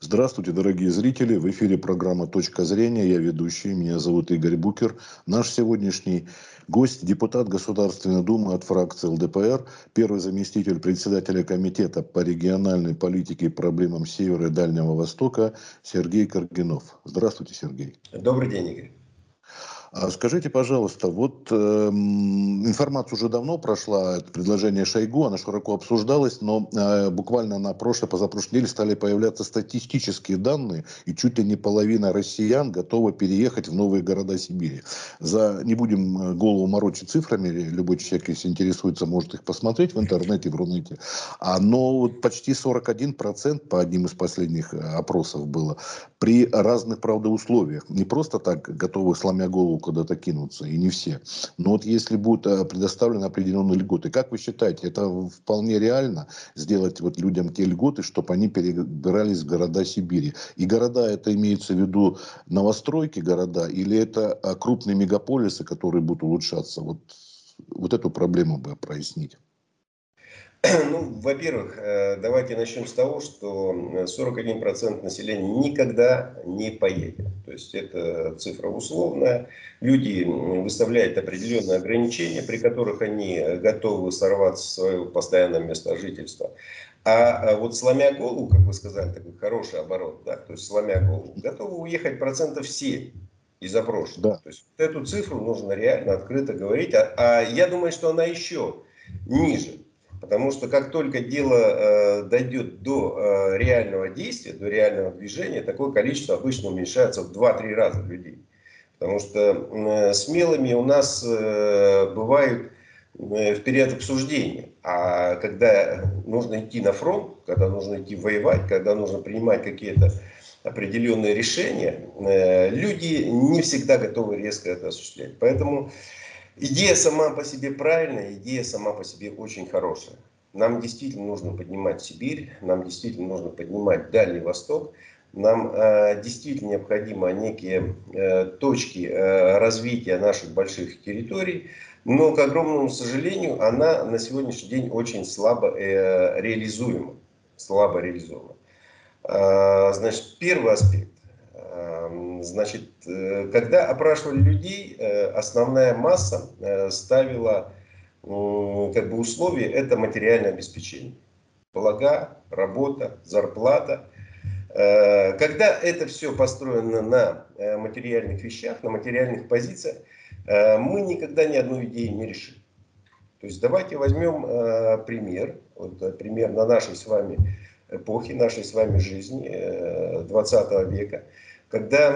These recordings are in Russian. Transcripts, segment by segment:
Здравствуйте, дорогие зрители. В эфире программа «Точка зрения». Я ведущий. Меня зовут Игорь Букер. Наш сегодняшний гость – депутат Государственной Думы от фракции ЛДПР, первый заместитель председателя Комитета по региональной политике и проблемам Севера и Дальнего Востока Сергей Каргинов. Здравствуйте, Сергей. Добрый день, Игорь. Скажите, пожалуйста, информация уже давно прошла, это предложение Шойгу, она широко обсуждалась, но буквально на позапрошлой неделе стали появляться статистические данные, и чуть ли не половина россиян готова переехать в новые города Сибири. Не будем голову морочить цифрами, любой человек, если интересуется, может их посмотреть в интернете, в Рунете. Но почти 41% по одним из последних опросов было при разных, правда, условиях. Не просто так готовы, сломя голову, куда-то кинуться, и не все. Но если будут предоставлены определенные льготы, как вы считаете, это вполне реально сделать людям те льготы, чтобы они перебирались в города Сибири? И города, это имеется в виду новостройки города, или это крупные мегаполисы, которые будут улучшаться? Вот эту проблему бы прояснить. Ну, во-первых, давайте начнем с того, что 41% населения никогда не поедет. То есть это цифра условная. Люди выставляют определенные ограничения, при которых они готовы сорваться с своего постоянного места жительства. А вот сломя голову, как вы сказали, такой хороший оборот, да, то есть сломя голову, готовы уехать 7% из опрошенных. Да. То есть вот эту цифру нужно реально открыто говорить. А я думаю, что она еще ниже. Потому что как только дело дойдет до реального действия, до реального движения, такое количество обычно уменьшается в 2-3 раза людей. Потому что смелыми у нас бывают в период обсуждения. А когда нужно идти на фронт, когда нужно идти воевать, когда нужно принимать какие-то определенные решения, люди не всегда готовы резко это осуществлять. Поэтому идея сама по себе правильная, идея сама по себе очень хорошая. Нам действительно нужно поднимать Сибирь, нам действительно нужно поднимать Дальний Восток, нам действительно необходимы некие точки развития наших больших территорий, но, к огромному сожалению, она на сегодняшний день очень слабо реализуема. Слабо реализуема. Значит, первый аспект. Значит, когда опрашивали людей, основная масса ставила условие – это материальное обеспечение. Блага, работа, зарплата. Когда это все построено на материальных вещах, на материальных позициях, мы никогда ни одну идею не решим. То есть давайте возьмем пример, пример на нашей с вами эпохи, нашей с вами жизни 20 века, когда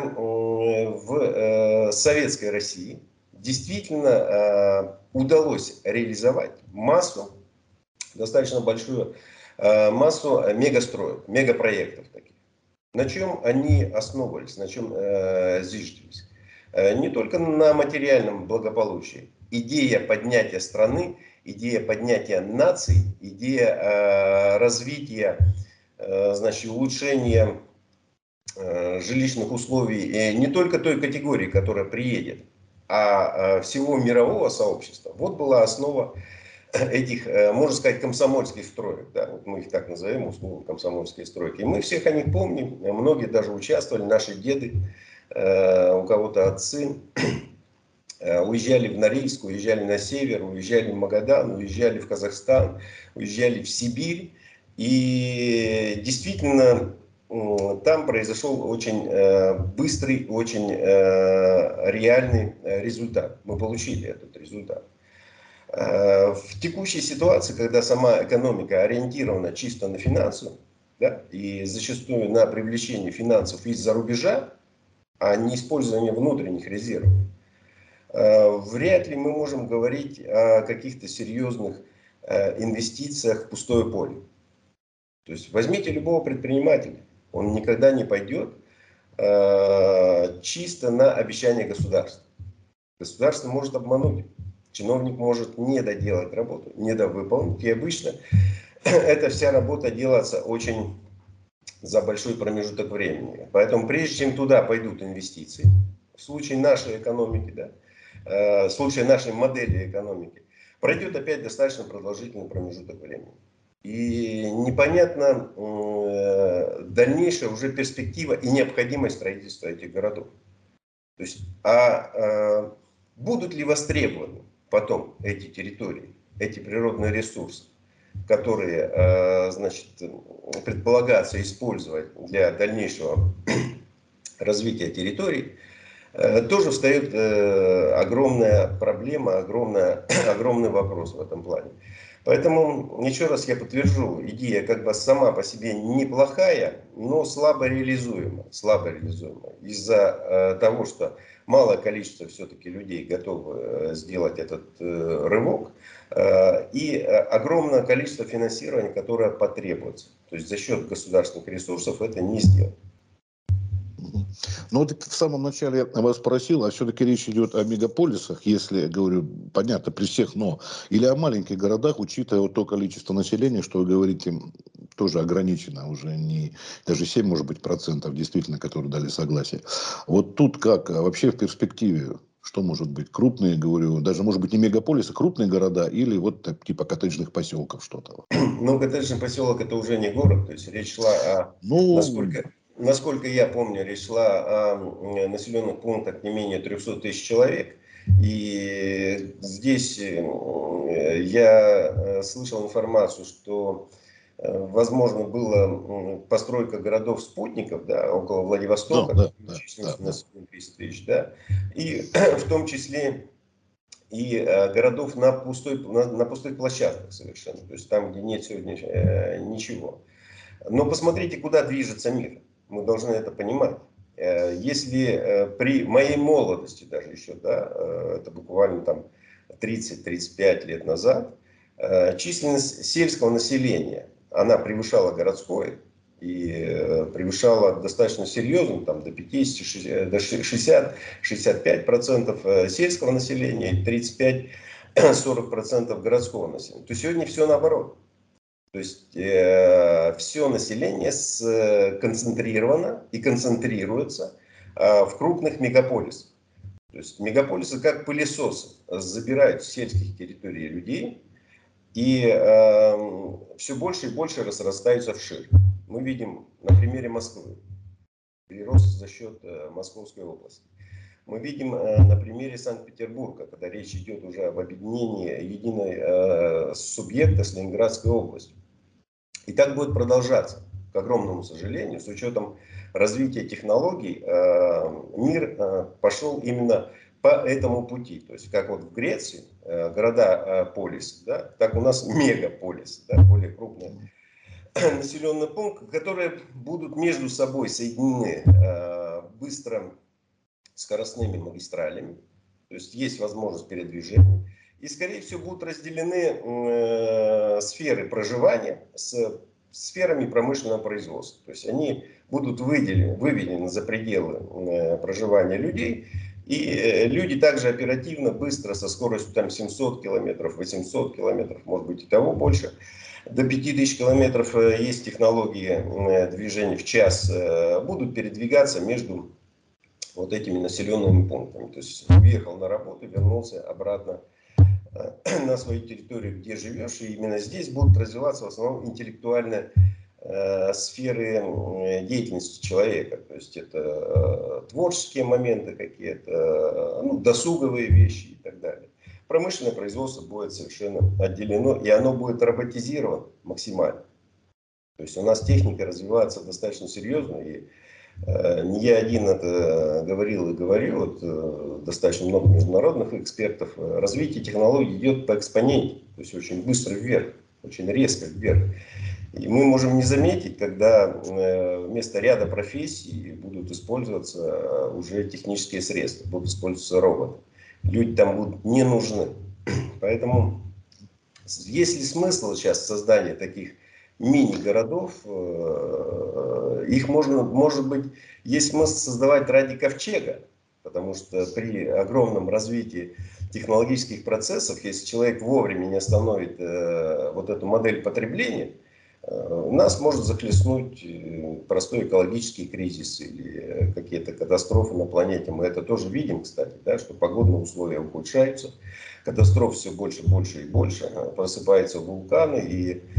в советской России действительно удалось реализовать достаточно большую массу мегастроек, мегапроектов таких. На чем они основывались, на чем зиждились? Не только на материальном благополучии. Идея поднятия страны, идея поднятия наций, идея развития, значит, улучшения жилищных условий не только той категории, которая приедет, а всего мирового сообщества. Вот была основа этих, можно сказать, комсомольских строек. Да? Вот мы их так назовем, условно, комсомольские стройки. И мы всех о них помним, многие даже участвовали, наши деды, у кого-то отцы. Уезжали в Норильск, уезжали на север, уезжали в Магадан, уезжали в Казахстан, уезжали в Сибирь. И действительно там произошел очень быстрый, очень реальный результат. Мы получили этот результат. В текущей ситуации, когда сама экономика ориентирована чисто на финансы, да, и зачастую на привлечение финансов из-за рубежа, а не использование внутренних резервов, вряд ли мы можем говорить о каких-то серьезных инвестициях в пустое поле. То есть возьмите любого предпринимателя, он никогда не пойдет чисто на обещание государства. Государство может обмануть, чиновник может не доделать работу, не довыполнить. И обычно эта вся работа делается очень за большой промежуток времени. Поэтому прежде чем туда пойдут инвестиции, в случае нашей экономики, да, в случае нашей модели экономики, пройдет опять достаточно продолжительный промежуток времени. И непонятна дальнейшая уже перспектива и необходимость строительства этих городов. То есть, будут ли востребованы потом эти территории, эти природные ресурсы, которые, значит, предполагается использовать для дальнейшего развития территорий, тоже встает огромная проблема, огромный вопрос в этом плане. Поэтому, еще раз я подтвержу, идея как бы сама по себе неплохая, но слабо реализуема. Слабо реализуема. Из-за того, что малое количество все-таки людей готовы сделать этот рывок, и огромное количество финансирования, которое потребуется. То есть за счет государственных ресурсов это не сделать. Ну вот в самом начале я вас спросил, а все-таки речь идет о мегаполисах, если, говорю, понятно, при всех, но, или о маленьких городах, учитывая вот то количество населения, что вы говорите, тоже ограничено, уже не даже 7, может быть, процентов действительно, которые дали согласие. Вот тут как, вообще в перспективе, что может быть? Крупные, говорю, даже, может быть, не мегаполисы, крупные города или вот так, типа коттеджных поселков что-то? Ну, коттеджный поселок это уже не город, то есть речь шла о, Ну, насколько я помню, речь шла о населенных пунктах не менее 300 тысяч человек. И здесь я слышал информацию, что возможно была постройка городов-спутников, да, около да, Владивостока, да, да, да, численностью да. населения 30 тысяч, да, и в том числе и городов на пустых площадках совершенно, то есть там, где нет сегодня ничего. Но посмотрите, куда движется мир. Мы должны это понимать. Если при моей молодости даже еще, да, это буквально там 30-35 лет назад, численность сельского населения, она превышала городской и превышала достаточно серьезно, там, до 50, до 60-65% сельского населения и 35-40% городского населения. То сегодня все наоборот. То есть все население концентрировано и концентрируется в крупных мегаполисах. То есть мегаполисы как пылесосы забирают с сельских территорий людей и все больше и больше разрастаются вширь. Мы видим на примере Москвы перерост за счет Московской области. Мы видим на примере Санкт-Петербурга, когда речь идет уже об объединении единой субъекта с Ленинградской областью. И так будет продолжаться, к огромному сожалению, с учетом развития технологий, мир пошел именно по этому пути. То есть, как вот в Греции, города-полисы, да, так у нас мегаполисы, да, более крупные населенные пункты, которые будут между собой соединены быстро скоростными магистралями. То есть, есть возможность передвижения. И, скорее всего, будут разделены сферы проживания с сферами промышленного производства. То есть они будут выведены за пределы проживания людей. И люди также оперативно, быстро, со скоростью там 700 километров, 800 километров, может быть и того больше, до 5000 километров есть технологии движения в час, будут передвигаться между вот этими населенными пунктами. То есть уехал на работу, вернулся обратно на свою территорию, где живешь, и именно здесь будут развиваться в основном интеллектуальные сферы деятельности человека. То есть это творческие моменты какие-то, ну, досуговые вещи и так далее. Промышленное производство будет совершенно отделено, и оно будет роботизировано максимально. То есть у нас техника развивается достаточно серьезно, и не я один это говорил и говорю, вот, достаточно много международных экспертов. Развитие технологий идет по экспоненте, то есть очень быстро вверх, очень резко вверх. И мы можем не заметить, когда вместо ряда профессий будут использоваться уже технические средства, будут использоваться роботы. Люди там будут не нужны. Поэтому есть ли смысл сейчас создания таких мини-городов? Их можно, может быть, есть смысл создавать ради ковчега, потому что при огромном развитии технологических процессов, если человек вовремя не остановит вот эту модель потребления, нас может захлестнуть простой экологический кризис или какие-то катастрофы на планете. Мы это тоже видим, кстати, да, что погодные условия ухудшаются, катастроф все больше, больше и больше, просыпаются вулканы, и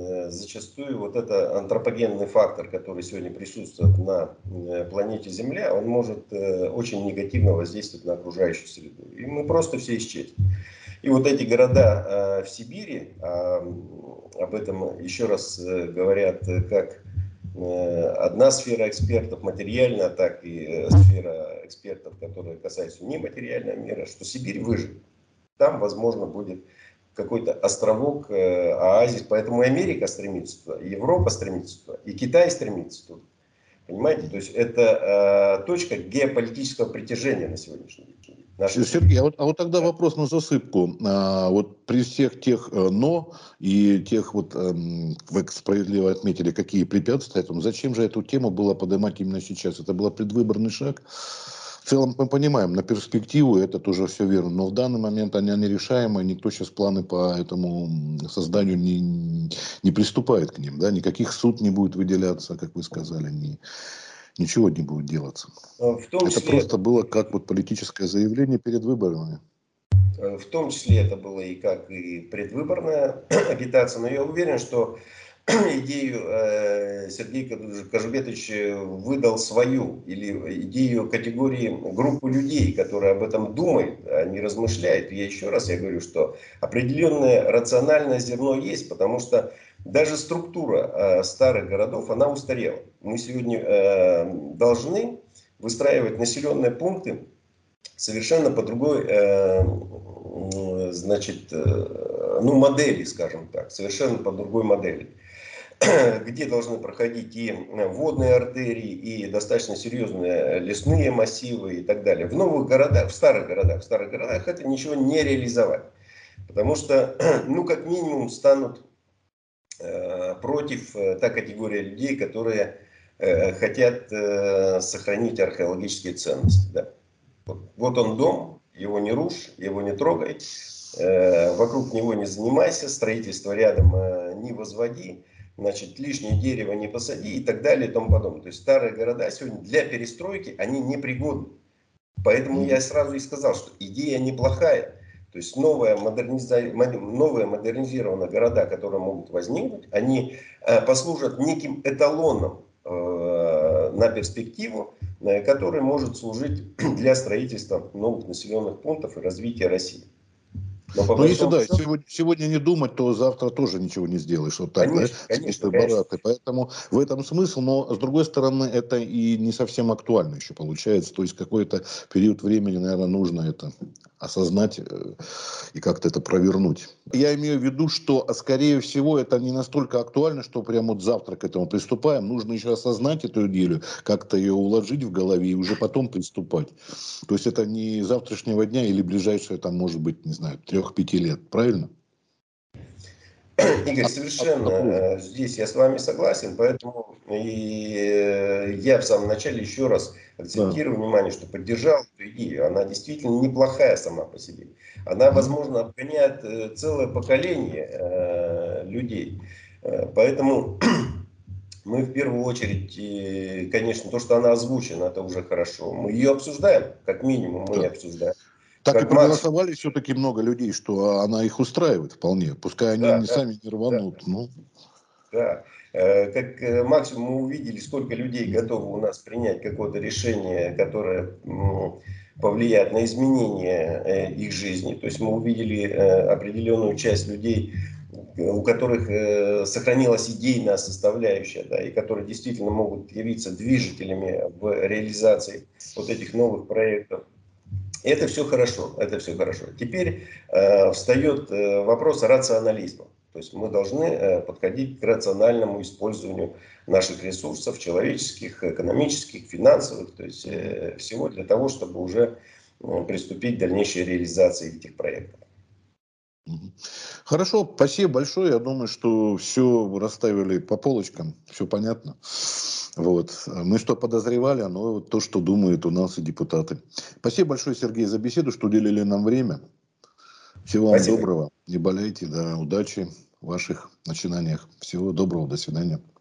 зачастую вот это антропогенный фактор, который сегодня присутствует на планете Земля, он может очень негативно воздействовать на окружающую среду. И мы просто все исчезнем. И вот эти города в Сибири, об этом еще раз говорят как одна сфера экспертов материальная, так и сфера экспертов, которые касаются нематериального мира, что Сибирь выживет. Там, возможно, будет какой-то островок, оазис. Поэтому и Америка стремится туда, и Европа стремится туда, и Китай стремится туда. Понимаете? То есть это точка геополитического притяжения на сегодняшний день. Сергей, а вот тогда вопрос на засыпку. Вот при всех тех «но» и тех, вот, вы справедливо отметили, какие препятствия этому, зачем же эту тему было поднимать именно сейчас? Это был предвыборный шаг? В целом мы понимаем, на перспективу это тоже все верно, но в данный момент они нерешаемые, никто сейчас планы по этому созданию не приступает к ним, да? Никаких суд не будет выделяться, как вы сказали, ничего не будет делаться. В том Это числе, просто было как вот политическое заявление перед выборами. в том числе это было и как и предвыборная агитация, но я уверен, что идею Сергей Кожубетович выдал свою, или идею категории группы людей, которые об этом думают, они размышляют. И еще раз я говорю, что определенное рациональное зерно есть, потому что даже структура старых городов, она устарела. Мы сегодня должны выстраивать населенные пункты совершенно по другой, значит, ну, модели, скажем так, совершенно по другой модели, где должны проходить и водные артерии, и достаточно серьезные лесные массивы и так далее. В новых городах, в старых городах это ничего не реализовать. Потому что, ну, как минимум, станут против та категория людей, которые хотят сохранить археологические ценности. Да. Вот он дом, его не рушь, его не трогай, вокруг него не занимайся, строительство рядом не возводи, значит, лишнее дерево не посади и так далее и тому подобное. То есть старые города сегодня для перестройки, они непригодны. Поэтому я сразу и сказал, что идея неплохая. То есть новые модернизированные города, которые могут возникнуть, они послужат неким эталоном на перспективу, который может служить для строительства новых населенных пунктов и развития России. Но по Но если, большому да, счету, сегодня не думать, то завтра тоже ничего не сделаешь. Вот так, да? конечно. Бараты. Поэтому в этом смысл, но с другой стороны, это и не совсем актуально еще получается. То есть какой-то период времени, наверное, нужно это осознать и как-то это провернуть. Я имею в виду, что, скорее всего, это не настолько актуально, что прямо вот завтра к этому приступаем. Нужно еще осознать эту идею, как-то ее уложить в голове и уже потом приступать. То есть это не завтрашнего дня или ближайшее, там, может быть, не знаю, 3-5 лет. Правильно? Игорь, совершенно здесь я с вами согласен, поэтому и я в самом начале еще раз Да. акцентирую внимание, что поддержал эту идею. Она действительно неплохая сама по себе. Она, возможно, обгоняет целое поколение людей. Поэтому мы в первую очередь, конечно, то, что она озвучена, это уже хорошо. Мы ее обсуждаем, как минимум мы Да. ее обсуждаем. Так и Как максимум, проголосовали все-таки много людей, что она их устраивает вполне. Пускай они да, не да, сами не да. рванут. Ну, Да, как максимум мы увидели, сколько людей готовы у нас принять какое-то решение, которое повлияет на изменение их жизни. То есть мы увидели определенную часть людей, у которых сохранилась идейная составляющая, да, и которые действительно могут явиться движителями в реализации вот этих новых проектов. Это все хорошо, это все хорошо. Теперь встает вопрос рационализма. То есть мы должны подходить к рациональному использованию наших ресурсов, человеческих, экономических, финансовых, то есть всего для того, чтобы уже приступить к дальнейшей реализации этих проектов. хорошо, спасибо большое. Я думаю, что все расставили по полочкам, все понятно. Вот. Мы что подозревали, но то, что думают у нас и депутаты. Спасибо большое, Сергей, за беседу, что уделили нам время. Всего вам Спасибо. доброго. Не болейте, да, удачи в ваших начинаниях. Всего доброго, до свидания.